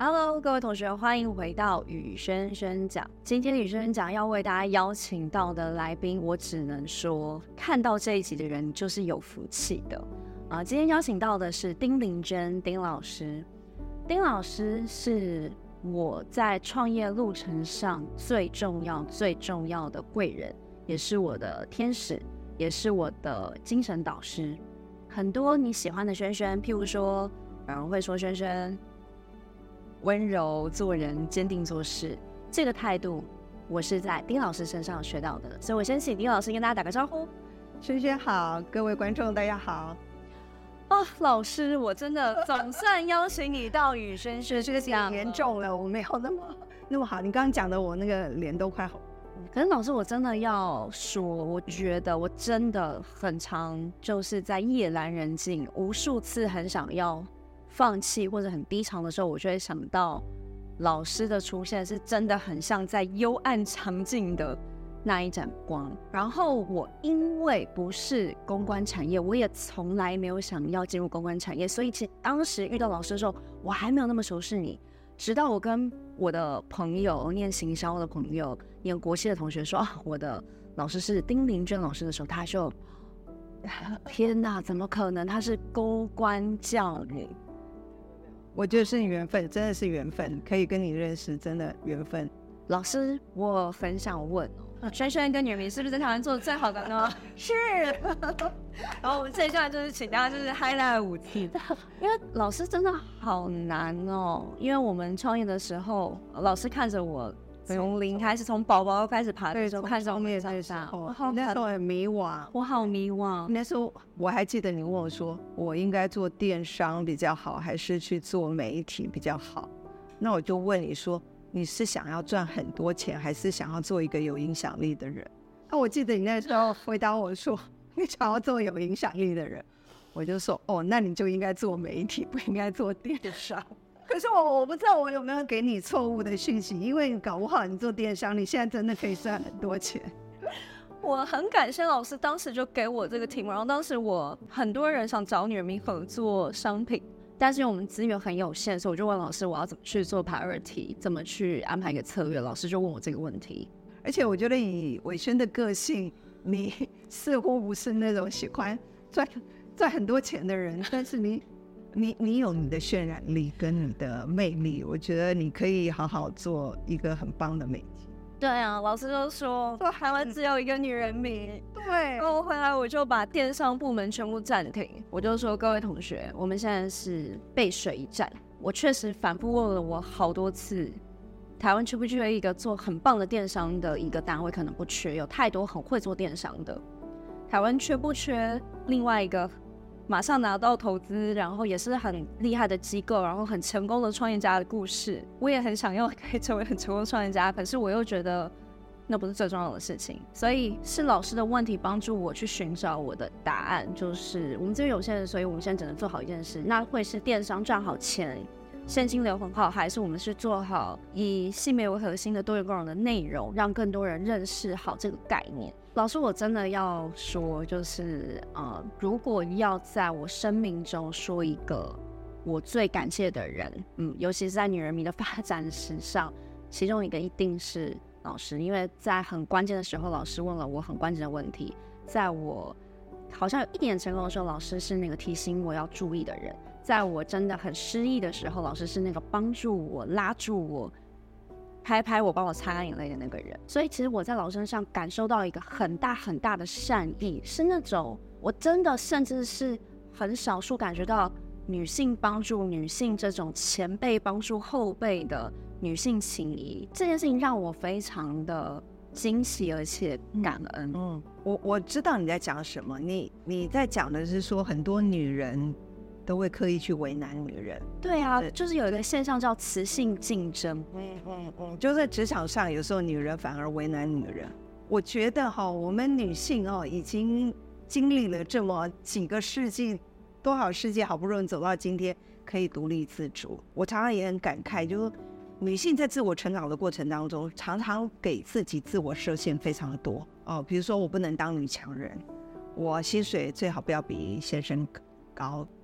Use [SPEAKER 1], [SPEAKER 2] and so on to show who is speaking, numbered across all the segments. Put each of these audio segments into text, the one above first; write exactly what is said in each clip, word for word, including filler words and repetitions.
[SPEAKER 1] Hello， 各位同学，欢迎回到宇轩轩讲。今天宇轩轩讲要为大家邀请到的来宾，我只能说，看到这一集的人就是有福气的啊、呃！今天邀请到的是丁玲娟丁老师，丁老师是我在创业路程上最重要、最重要的贵人，也是我的天使，也是我的精神导师。很多你喜欢的轩轩，譬如说，有人会说轩轩温柔做人，坚定做事，这个态度我是在丁老师身上学到的，所以我先请丁老师跟大家打个招呼。
[SPEAKER 2] 轩轩好，各位观众大家好。
[SPEAKER 1] 哦，老师，我真的总算邀请你到宇轩轩
[SPEAKER 2] 这个挺严重了，我没有那么那么好。你刚刚讲的，我那个脸都快红。
[SPEAKER 1] 可是老师，我真的要说，我觉得我真的很常就是在夜阑人静，无数次很想要放弃或者很低潮的时候，我就会想到老师的出现是真的很像在幽暗场景的那一盏光。然后我因为不是公关产业，我也从来没有想要进入公关产业，所以其实当时遇到老师的时候，我还没有那么熟悉你。直到我跟我的朋友念行销的朋友、念国际的同学说啊，我的老师是丁玲娟老师的时候，他就天哪，怎么可能？他是公关教育。
[SPEAKER 2] 我觉得是缘分，真的是缘分，可以跟你认识，真的缘分。
[SPEAKER 1] 老师，我很想问哦，轩轩跟女明是不是在台湾做的最好的呢？是。然后我们接下来就是请大家就是 highlight 五题，因为老师真的好难哦。因为我们创业的时候，老师看着我从零开始，从宝宝开始爬的时候，看着我面上上，
[SPEAKER 2] 我好那时候很迷惘，
[SPEAKER 1] 我好迷惘。
[SPEAKER 2] 那时候我还记得你问我说，我应该做电商比较好，还是去做媒体比较好？那我就问你说，你是想要赚很多钱，还是想要做一个有影响力的人？那我记得你那时候回答我说，你想要做有影响力的人。我就说，哦，那你就应该做媒体，不应该做电商。可是我我不知道我有没有给你错误的讯息，因为搞不好你做电商，你现在真的可以赚很多钱。
[SPEAKER 1] 我很感谢老师当时就给我这个题目，然后当时我很多人想找女人迷合作商品，但是因为我们资源很有限，所以我就问老师我要怎么去做 priority， 怎么去安排一个策略。老师就问我这个问题。
[SPEAKER 2] 而且我觉得以伟轩的个性，你似乎不是那种喜欢赚赚很多钱的人，但是你你你有你的渲染力跟你的魅力，我觉得你可以好好做一个很棒的媒体。
[SPEAKER 1] 对啊，老师就说台湾只有一个女人迷。
[SPEAKER 2] 对，
[SPEAKER 1] 然后回来我就把电商部门全部暂停，我就说各位同学，我们现在是背水一战。我确实反复问了我好多次，台湾缺不缺一个做很棒的电商的一个单位？可能不缺，有太多很会做电商的。台湾缺不缺另外一个马上拿到投资，然后也是很厉害的机构，然后很成功的创业家的故事？我也很想要可以成为很成功的创业家，可是我又觉得那不是最重要的事情。所以是老师的问题帮助我去寻找我的答案，就是我们资源有限，所以我们现在只能做好一件事，那会是电商赚好钱，现金流很好，还是我们是做好以性别为核心的多元共融的内容，让更多人认识好这个概念？老师，我真的要说，就是呃，如果要在我生命中说一个我最感谢的人，嗯，尤其是在女人迷的发展史上，其中一个一定是老师，因为在很关键的时候，老师问了我很关键的问题，在我好像有一点成功的时候，老师是那个提醒我要注意的人。在我真的很失意的时候，老师是那个帮助我、拉住我、拍拍我、帮我擦干眼泪的那个人。所以其实我在老师身上感受到一个很大很大的善意，是那种我真的甚至是很少数感觉到女性帮助女性这种前辈帮助后辈的女性情谊。这件事情让我非常的惊喜而且感恩。
[SPEAKER 2] 嗯，嗯我我知道你在讲什么，你你在讲的是说很多女人都会刻意去为难女人。
[SPEAKER 1] 对啊，就是有一个现象叫雌性竞争。
[SPEAKER 2] 嗯嗯嗯，就在职场上，有时候女人反而为难女人。我觉得哈，我们女性哦，已经经历了这么几个世纪，多少世纪，好不容易走到今天，可以独立自主。我常常也很感慨，就是女性在自我成长的过程当中，常常给自己自我设限非常的多哦。比如说，我不能当女强人，我薪水最好不要比先生高，哎。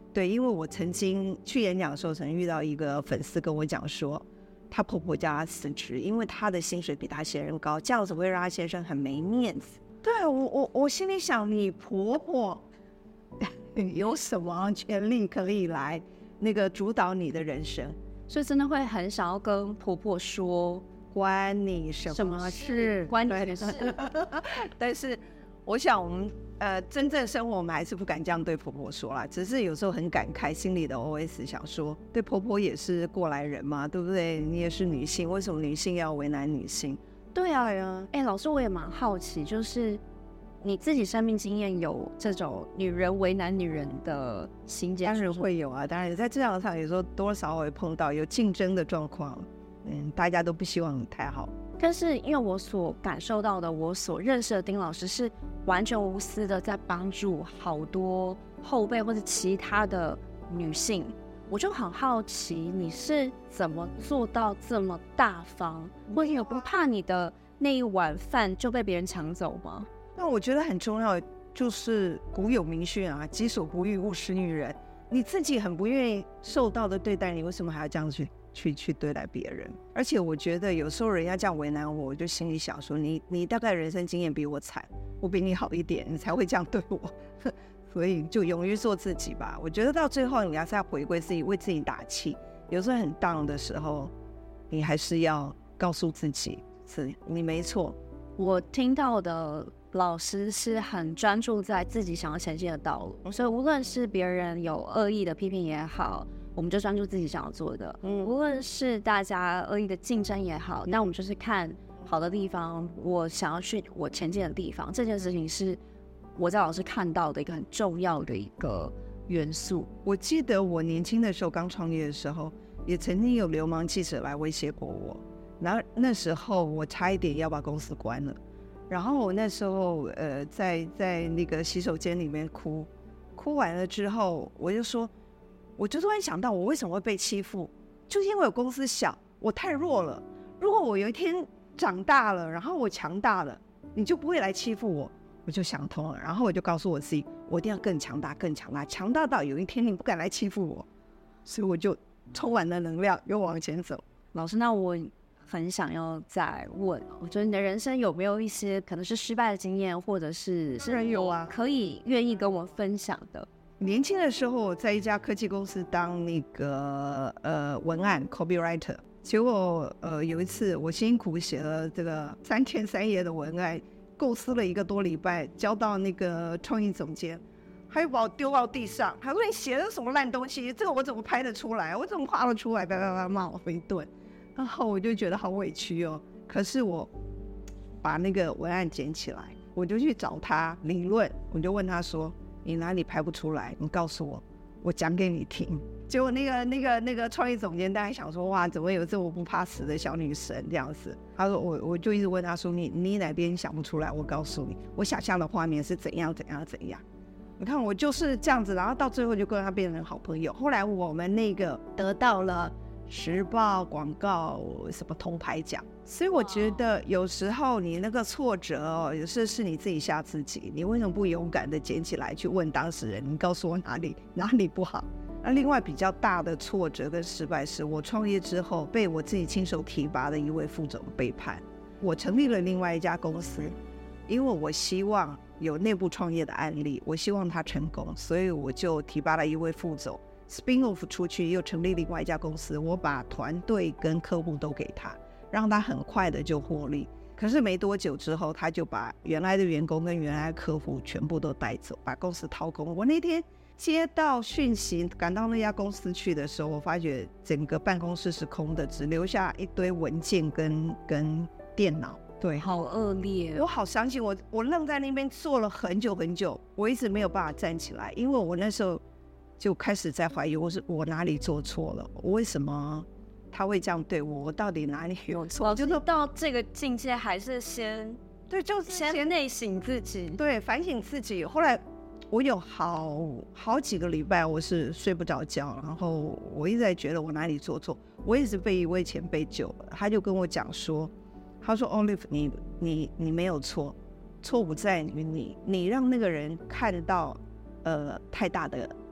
[SPEAKER 2] 对，因为我曾经去演讲的时候，曾经遇到一个粉丝跟我讲说，她婆婆叫她辞职，因为她的薪水比她先生高，这样子会让她先生很没面子。对我，我我心里想，你婆婆有什么权利可以来那个主导你的人生？
[SPEAKER 1] 所以真的会很想要跟婆婆说，
[SPEAKER 2] 关你什
[SPEAKER 1] 什么事？关你什么事？
[SPEAKER 2] 但是我想我们呃真正生活我们还是不敢这样对婆婆说啦，只是有时候很感慨，心里的 O S 想说，对婆婆也是过来人嘛，对不对？你也是女性，为什么女性要为难女性？
[SPEAKER 1] 对啊，哎、欸，老师我也蛮好奇，就是你自己生命经验有这种女人为难女人的心结？
[SPEAKER 2] 当然会有啊，当然在职场上有时候多少会碰到有竞争的状况，嗯，大家都不希望你太好。
[SPEAKER 1] 但是因为我所感受到的，我所认识的丁老师是完全无私的在帮助好多后辈或者其他的女性，我就很好奇你是怎么做到这么大方，或者有不怕你的那一碗饭就被别人抢走吗？
[SPEAKER 2] 那我觉得很重要，就是古有名训啊，己所不欲，勿施于人。你自己很不愿意受到的对待，你为什么还要这样去去去对待别人？而且我觉得有时候人家这样为难我，我就心里想说，你你大概人生经验比我惨，我比你好一点，你才会这样对我。所以就勇于做自己吧。我觉得到最后你还是要回归自己，为自己打气。有时候很 down 的时候，你还是要告诉自己，是你没错。
[SPEAKER 1] 我听到的老师是很专注在自己想要前进的道路，所以无论是别人有恶意的批评也好，我们就专注自己想要做的。嗯，无论是大家恶意的竞争也好，那我们就是看好的地方，我想要去我前进的地方。这件事情是我在老师看到的一个很重要的一个元素。
[SPEAKER 2] 我记得我年轻的时候刚创业的时候，也曾经有流氓记者来威胁过我，然后那时候我差一点要把公司关了。然后我那时候呃在在那个洗手间里面哭，哭完了之后我就说，我就突然想到我为什么会被欺负，就是因为我公司小，我太弱了。如果我有一天长大了，然后我强大了，你就不会来欺负我。我就想通了，然后我就告诉我自己，我一定要更强大，更强大，强大到有一天你不敢来欺负我。所以我就充满了能量，又往前走。
[SPEAKER 1] 老师，那我很想要再问，我觉得你的人生有没有一些可能是失败的经验，或者是
[SPEAKER 2] 当然有啊，
[SPEAKER 1] 可以愿意跟我分享的？
[SPEAKER 2] 年轻的时候我在一家科技公司当那个呃文案 copywriter， 结果呃有一次我辛苦写了这个三天三夜的文案，构思了一个多礼拜，交到那个创意总监，他又把我丢到地上，他说你写的什么烂东西，这个我怎么拍得出来，我怎么画得出来，叭叭叭骂我一顿。然后我就觉得好委屈哦，可是我把那个文案捡起来，我就去找他理论，我就问他说，你哪里拍不出来，你告诉我，我讲给你听。结果那个那个那个创意总监大概想说，哇，怎么有这么不怕死的小女生这样子。他说我我就一直问他说，你你哪边想不出来，我告诉你，我想象的画面是怎样怎样怎样。你看我就是这样子，然后到最后就跟他变成好朋友。后来我们那个得到了时报广告什么铜牌奖。所以我觉得有时候你那个挫折哦，有时候是你自己吓自己，你为什么不勇敢的捡起来去问当事人，你告诉我哪里哪里不好。那另外比较大的挫折跟失败是我创业之后被我自己亲手提拔的一位副总背叛。我成立了另外一家公司，因为我希望有内部创业的案例，我希望他成功，所以我就提拔了一位副总 spin off 出去，又成立另外一家公司，我把团队跟客户都给他，让他很快的就获利。可是没多久之后，他就把原来的员工跟原来的客户全部都带走，把公司掏空。我那天接到讯息赶到那家公司去的时候，我发觉整个办公室是空的，只留下一堆文件跟跟电脑。对，
[SPEAKER 1] 好恶劣、
[SPEAKER 2] 哦、我好伤心，我我愣在那边坐了很久很久，我一直没有办法站起来，因为我那时候就开始在怀疑我是我哪里做错了，我为什么他会这样对我，我到底哪里有错？
[SPEAKER 1] 就是到这个境界还是先
[SPEAKER 2] 对，就是
[SPEAKER 1] 先内省自己，
[SPEAKER 2] 对，反省自己。后来我有好好几个礼拜我是睡不着觉，然后我一直在觉得我哪里做错。我也是被一位前辈救了，他就跟我讲说，他说 Olive 你你你没有错，错误在于你你让那个人看到呃太大的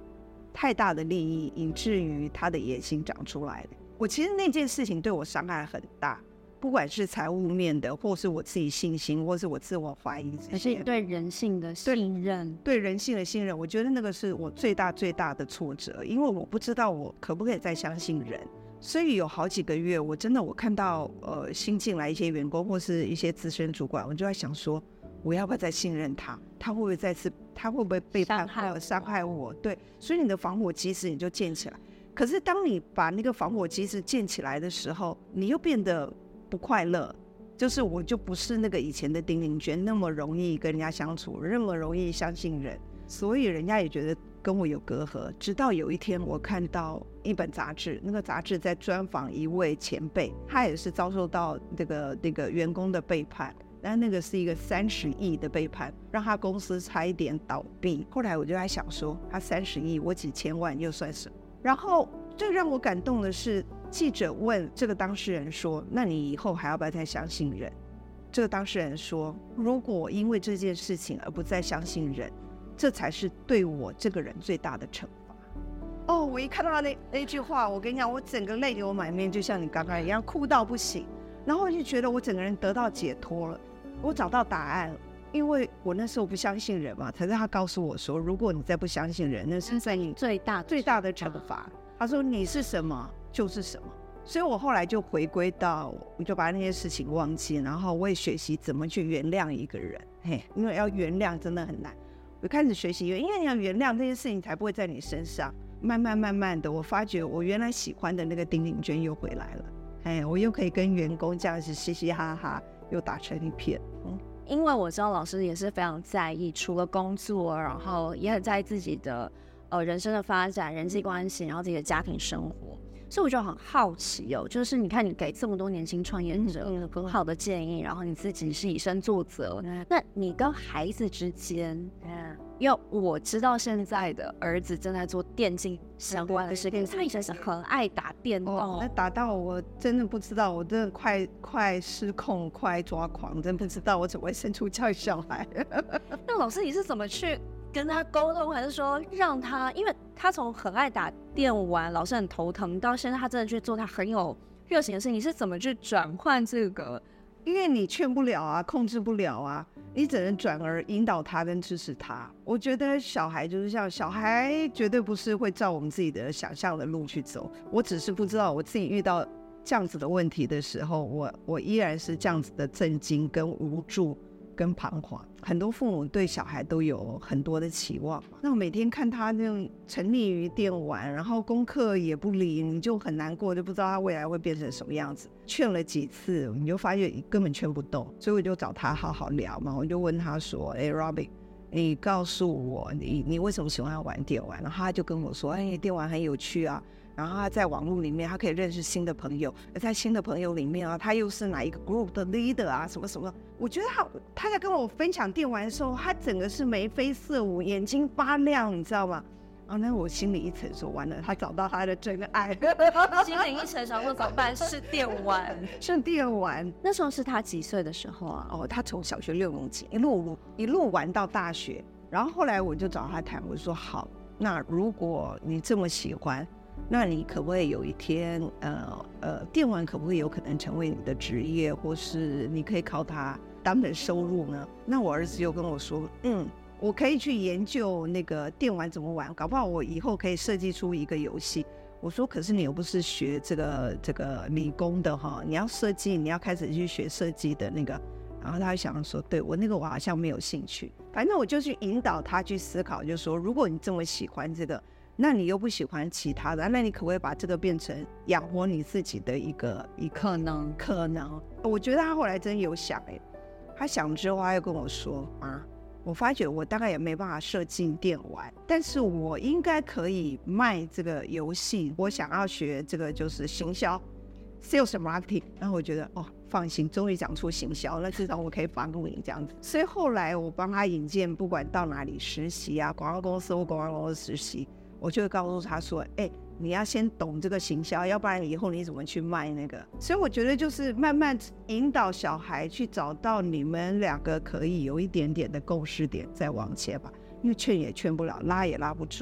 [SPEAKER 2] 太大的利益，以至于他的野心长出来的。我其实那件事情对我伤害很大，不管是财务面的，或是我自己信心，或是我自我怀疑这些，
[SPEAKER 1] 可是对人性的信任，
[SPEAKER 2] 对，对人性的信任，我觉得那个是我最大最大的挫折，因为我不知道我可不可以再相信人。所以有好几个月，我真的我看到呃新进来一些员工或是一些资深主管，我就在想说，我要不要再信任他？他会不会再次，他会不会背叛我、伤害我？对，所以你的防火机制你就建起来。可是当你把那个防火机制建起来的时候，你又变得不快乐。就是我就不是那个以前的丁玲娟，那么容易跟人家相处，那么容易相信人，所以人家也觉得跟我有隔阂。直到有一天我看到一本杂志，那个杂志在专访一位前辈，他也是遭受到这个那个员工的背叛，但那个是一个三十亿的背叛，让他公司差一点倒闭。后来我就在想说，他三十亿，我几千万又算什么？然后最让我感动的是，记者问这个当事人说，那你以后还要不要再相信人？这个当事人说，如果因为这件事情而不再相信人，这才是对我这个人最大的惩罚。哦，我一看到他 那, 那句话，我跟你讲，我整个泪流满面，就像你刚刚一样，哭到不行。然后我就觉得我整个人得到解脱了，我找到答案了。因为我那时候不相信人嘛，可是他告诉我说，如果你再不相信人，那是在你
[SPEAKER 1] 最大
[SPEAKER 2] 最大的惩罚。他说你是什么就是什么。所以我后来就回归到，我就把那些事情忘记，然后我也学习怎么去原谅一个人。嘿，因为要原谅真的很难。我开始学习，因为你要原谅这些事情，才不会在你身上。慢慢慢慢的，我发觉我原来喜欢的那个丁玲娟又回来了。哎，我又可以跟员工这样子嘻嘻哈哈，又打成一片。嗯。
[SPEAKER 1] 因为我知道老师也是非常在意，除了工作，然后也很在意自己的呃人生的发展、人际关系，然后自己的家庭生活。所以我就很好奇哦，就是你看你给这么多年轻创业者很好的建议，然后你自己是以身作则，那你跟孩子之间，因为我知道现在的儿子正在做电竞相关的事情，他以前是很爱打电动，
[SPEAKER 2] 哦，那打到我真的不知道，我真的快快失控，快抓狂，真不知道我怎么会生出这样小孩。
[SPEAKER 1] 那老师你是怎么去跟他沟通，还是说让他，因为他从很爱打电玩，老师很头疼，到现在他真的去做他很有热情的事情，你是怎么去转换这个？
[SPEAKER 2] 因为你劝不了啊，控制不了啊，你只能转而引导他跟支持他。我觉得小孩就是这样，小孩绝对不是会照我们自己的想象的路去走。我只是不知道我自己遇到这样子的问题的时候，我我依然是这样子的震惊跟无助跟彷徨。很多父母对小孩都有很多的期望，那我每天看他那种沉溺于电玩，然后功课也不理，你就很难过，就不知道他未来会变成什么样子。劝了几次，你就发现根本劝不动，所以我就找他好好聊嘛。我就问他说：“哎 ，Robin， 你告诉我，你你为什么喜欢玩电玩？”然后他就跟我说：“哎，电玩很有趣啊。”然后他在网络里面，他可以认识新的朋友，而在新的朋友里面啊，他又是哪一个 group 的 leader 啊，什么什么。我觉得他他在跟我分享电玩的时候，他整个是眉飞色舞，眼睛发亮，你知道吗？然后那我心里一沉，说完了，他找到他的真爱。
[SPEAKER 1] 心里一沉，想说怎么办？是电玩，
[SPEAKER 2] 是电玩。
[SPEAKER 1] 那时候是他几岁的时候啊？
[SPEAKER 2] 哦，他从小学六年级一路一路玩到大学，然后后来我就找他谈，我就说好，那如果你这么喜欢。那你可不可以有一天，呃呃，电玩可不可以有可能成为你的职业，或是你可以靠它当成收入呢？那我儿子又跟我说，嗯，我可以去研究那个电玩怎么玩，搞不好我以后可以设计出一个游戏。我说，可是你又不是学这个这个理工的哈，你要设计，你要开始去学设计的那个。然后他就想说，对我那个我好像没有兴趣。反正我就去引导他去思考，就说如果你这么喜欢这个。那你又不喜欢其他的，那你可不可以把这个变成养活你自己的一个一个
[SPEAKER 1] 可能？
[SPEAKER 2] 可能，我觉得他后来真有想哎、欸，他想之后他又跟我说啊，我发觉我大概也没办法设计电玩，但是我应该可以卖这个游戏，我想要学这个就是行销 ，sales marketing。然后我觉得哦，放心，终于讲出行销，那至少我可以帮你这样子。所以后来我帮他引荐，不管到哪里实习啊，广告公司或广告公司实习。我就会告诉他说，哎、欸，你要先懂这个行销，要不然以后你怎么去卖那个？所以我觉得就是慢慢引导小孩去找到你们两个可以有一点点的共识点，再往前吧。因为劝也劝不了，拉也拉不住了。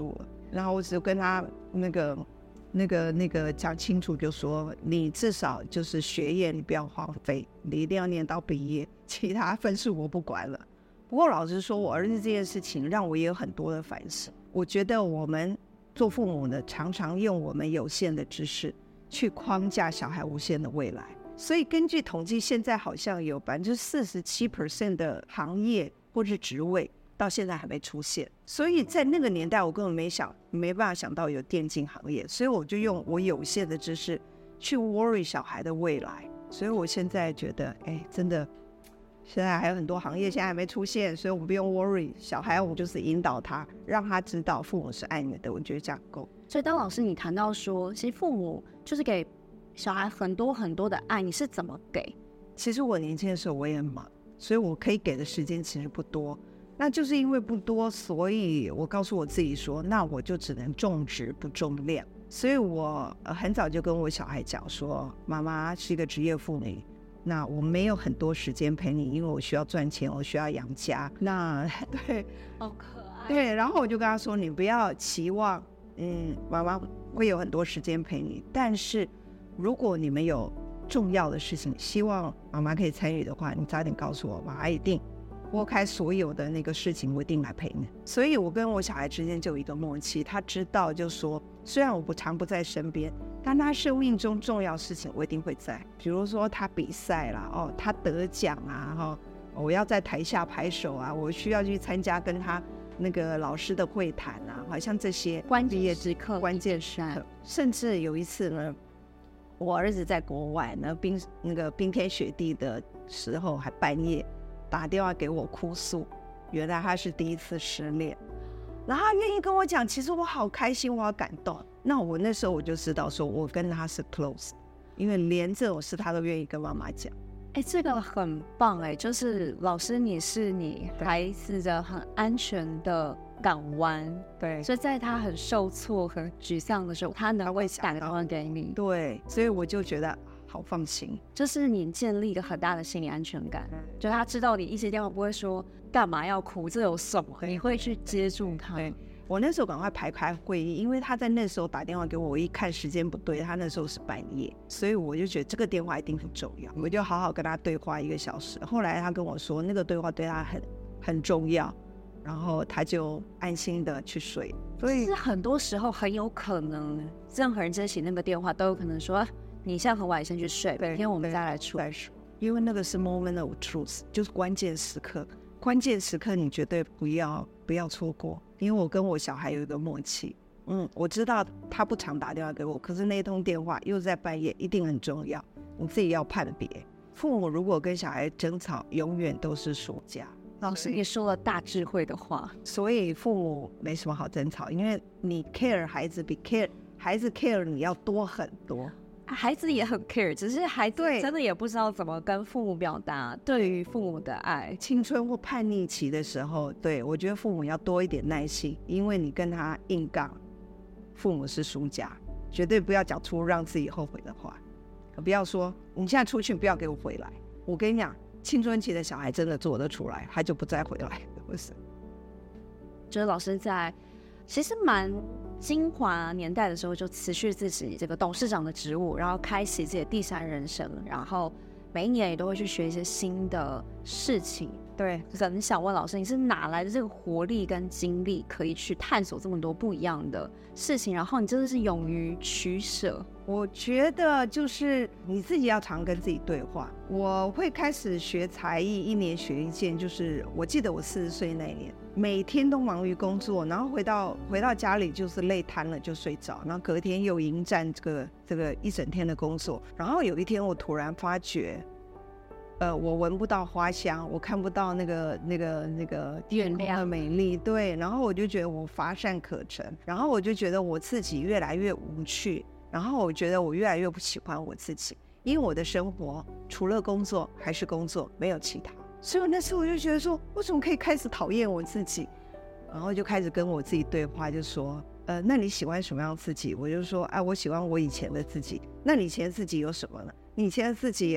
[SPEAKER 2] 然后我只跟他那个那个那个讲清楚，就说你至少就是学业你不要荒废，你一定要念到毕业，其他分数我不管了。不过老实说，我儿子这件事情让我也有很多的反省。我觉得我们做父母的常常用我们有限的知识去框架小孩无限的未来，所以根据统计，现在好像有百分之四十七 percent 的行业或是职位到现在还没出现。所以在那个年代，我根本没想没办法想到有电竞行业，所以我就用我有限的知识去 worry 小孩的未来。所以我现在觉得，哎，真的。现在还有很多行业现在还没出现，所以我们不用 worry 小孩，我们就是引导他，让他知道父母是爱你的，我觉得这样够。
[SPEAKER 1] 所以当老师你谈到说，其实父母就是给小孩很多很多的爱，你是怎么给？
[SPEAKER 2] 其实我年轻的时候我也很忙，所以我可以给的时间其实不多。那就是因为不多，所以我告诉我自己说，那我就只能重质不重量。所以我、呃、很早就跟我小孩讲说，妈妈是一个职业妇女，那我没有很多时间陪你，因为我需要赚钱，我需要养家。那对，
[SPEAKER 1] 好可爱。
[SPEAKER 2] 对，然后我就跟他说，你不要期望，嗯，妈妈会有很多时间陪你，但是如果你们有重要的事情，希望妈妈可以参与的话，你早点告诉我，妈妈一定拨开所有的那个事情，我一定来陪你。所以我跟我小孩之间就有一个默契，他知道就说，虽然我不常不在身边，但他生命中重要事情我一定会在，比如说他比赛啦，哦，他得奖啊，哦，我要在台下拍手啊，我需要去参加跟他那个老师的会谈啊，好像这些
[SPEAKER 1] 关键时刻，
[SPEAKER 2] 关键时刻。甚至有一次呢，我儿子在国外呢，冰那个冰天雪地的时候，还半夜打电话给我哭诉，原来他是第一次失恋。然后他愿意跟我讲，其实我好开心，我好感动。那我那时候我就知道说我跟他是 close， 因为连这种事他都愿意跟妈妈讲。
[SPEAKER 1] 哎，这个很棒哎，就是老师你是你孩子的很安全的港湾，
[SPEAKER 2] 对，
[SPEAKER 1] 所以在他很受挫和沮丧的时候，他能会打个电话给你，
[SPEAKER 2] 对，所以我就觉得好放心，
[SPEAKER 1] 这是你建立一个很大的心理安全感，就他知道你一接电话不会说干嘛要哭，这有什么，你会去接住他。
[SPEAKER 2] 对，我那时候赶快排开会议，因为他在那时候打电话给我，我一看时间不对，他那时候是半夜，所以我就觉得这个电话一定很重要，我就好好跟他对话一个小时。后来他跟我说，那个对话对他很很重要，然后他就安心的去睡。所以
[SPEAKER 1] 是很多时候很有可能，任何人接起那个电话都有可能说，你现在很晚，先去睡，明天我们再来处理。
[SPEAKER 2] 因为那个是 moment of truth， 就是关键时刻。关键时刻你绝对不要不要错过，因为我跟我小孩有一个默契，嗯，我知道他不常打电话给我，可是那通电话又在半夜，一定很重要，你自己要判别。父母如果跟小孩争吵，永远都是输家。
[SPEAKER 1] 老师也说了大智慧的话，
[SPEAKER 2] 所以父母没什么好争吵，因为你 care 孩子比 care 孩子 care 你要多很多。
[SPEAKER 1] 孩子也很 care， 只是孩子真的也不知道怎么跟父母表达对于父母的爱。
[SPEAKER 2] 青春或叛逆期的时候，对，我觉得父母要多一点耐心，因为你跟他硬杠，父母是输家，绝对不要讲出让自己后悔的话，不要说你现在出去不要给我回来。我跟你讲，青春期的小孩真的做得出来，他就不再回来。为什么？
[SPEAKER 1] 就是老师在其实蛮精华年代的时候就辞去自己这个董事长的职务，然后开启自己的第三人生，然后每一年也都会去学一些新的事情。对，就是很想问老师，你是哪来的这个活力跟精力，可以去探索这么多不一样的事情？然后你真的是勇于取舍。
[SPEAKER 2] 我觉得就是你自己要常跟自己对话。我会开始学才艺，一年学一件，就是我记得我四十岁那一年，每天都忙于工作，然后回到回到家里就是累瘫了就睡着，然后隔天又迎战这个这个一整天的工作。然后有一天我突然发觉，呃，我闻不到花香，我看不到那个那个那个天空的美丽，对，然后我就觉得我乏善可陈，然后我就觉得我自己越来越无趣，然后我觉得我越来越不喜欢我自己，因为我的生活除了工作还是工作，没有其他。所以我那时候我就觉得说，为什么可以开始讨厌我自己？然后就开始跟我自己对话，就说，呃，那你喜欢什么样的自己？我就说，哎、啊，我喜欢我以前的自己。那你以前的自己有什么呢？你以前的自己啊，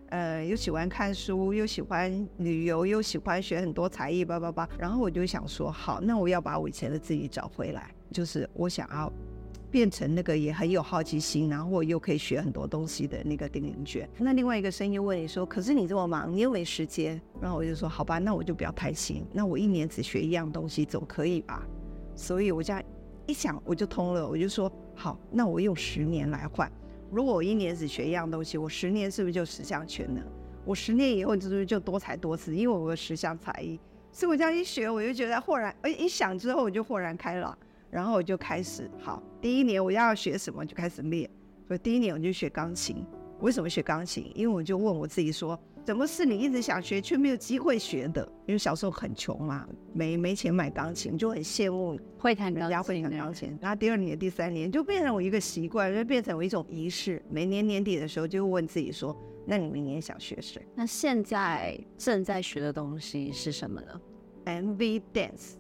[SPEAKER 2] 呃，又喜欢看书，又喜欢旅游，又喜欢学很多才艺，叭叭叭。然后我就想说，好，那我要把我以前的自己找回来，就是我想要变成那个也很有好奇心，然后我又可以学很多东西的那个丁玲娟。那另外一个声音问你说，可是你这么忙，你又没时间。然后我就说，好吧，那我就不要贪心，那我一年只学一样东西，总可以吧？所以我这样一想，我就通了，我就说，好，那我用十年来换。如果我一年只学一样东西，我十年是不是就十项全能？我十年以后是不是就多才多姿？因为我有十项才艺，所以我这样一学，我就觉得豁然，哎，一想之后我就豁然开朗，然后我就开始，好，第一年我要学什么就开始练。所以第一年我就学钢琴。为什么学钢琴？因为我就问我自己说，什么是你一直想学却没有机会学的？因为小时候很穷嘛，没没钱买钢琴，就很羡慕
[SPEAKER 1] 会弹
[SPEAKER 2] 人家会弹钢琴。然后第二年、第三年就变成我一个习惯，就变成我一种仪式。每年年底的时候就问自己说，那你明年想学谁？
[SPEAKER 1] 那现在正在学的东西是什么呢
[SPEAKER 2] ？M V dance。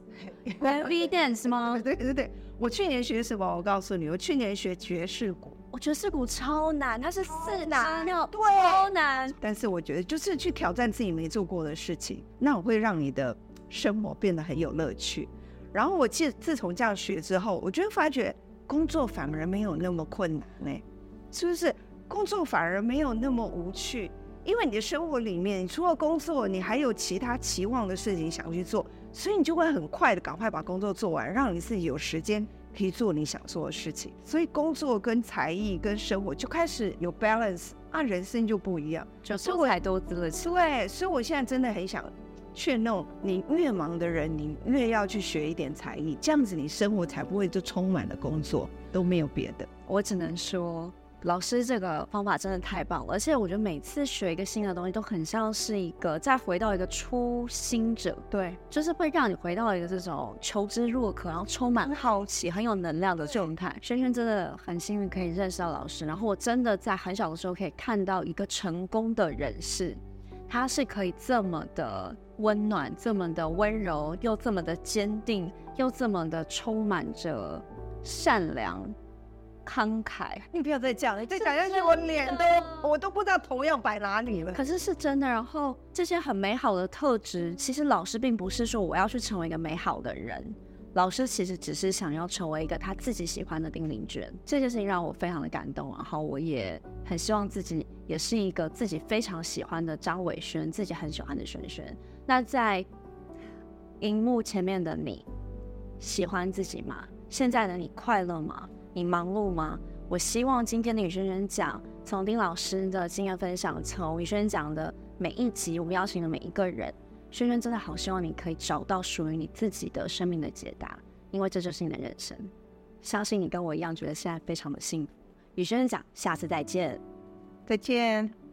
[SPEAKER 1] M V dance 吗？
[SPEAKER 2] 对对对，我去年学什么？我告诉你，我去年学爵士鼓。
[SPEAKER 1] 我爵士鼓超难，它是四
[SPEAKER 2] 难，
[SPEAKER 1] 对，超难。
[SPEAKER 2] 但是我觉得就是去挑战自己没做过的事情，那我会让你的生活变得很有乐趣。然后我自自从这样学之后，我就发觉工作反而没有那么困难呢、欸，是不是？工作反而没有那么无趣，因为你的生活里面，你除了工作，你还有其他期望的事情想去做，所以你就会很快的赶快把工作做完，让你自己有时间可以做你想做的事情。所以工作跟才艺跟生活就开始有 balance 啊，人生就不一样，
[SPEAKER 1] 就多才多姿了。
[SPEAKER 2] 对，所以我现在真的很想劝那种你越忙的人，你越要去学一点才艺，这样子你生活才不会就充满了工作，都没有别的。
[SPEAKER 1] 我只能说，老师这个方法真的太棒了，而且我觉得每次学一个新的东西都很像是一个再回到一个初心者，
[SPEAKER 2] 对，
[SPEAKER 1] 就是会让你回到一个这种求知若渴，然后充满好奇、很有能量的状态。萱萱真的很幸运可以认识到老师，然后我真的在很小的时候可以看到一个成功的人士，他是可以这么的温暖，这么的温柔，又这么的坚定，又这么的充满着善良。慷慨，
[SPEAKER 2] 你不要再讲了，你再讲下去我脸都我都不知道头要摆哪里了。
[SPEAKER 1] 可是是真的，然后这些很美好的特质，其实老师并不是说我要去成为一个美好的人，老师其实只是想要成为一个他自己喜欢的丁玲娟。这件事情让我非常的感动，然后我也很希望自己也是一个自己非常喜欢的张伟轩，自己很喜欢的萱萱。那在荧幕前面的你，喜欢自己吗？现在的你快乐吗？你忙碌吗？我希望今天的与萱萱讲，从丁老师的经验分享，从与萱萱讲的每一集，我们邀请的每一个人，萱萱真的好希望你可以找到属于你自己的生命的解答，因为这就是你的人生。相信你跟我一样，觉得现在非常的幸福。与萱萱讲，下次再见，
[SPEAKER 2] 再见。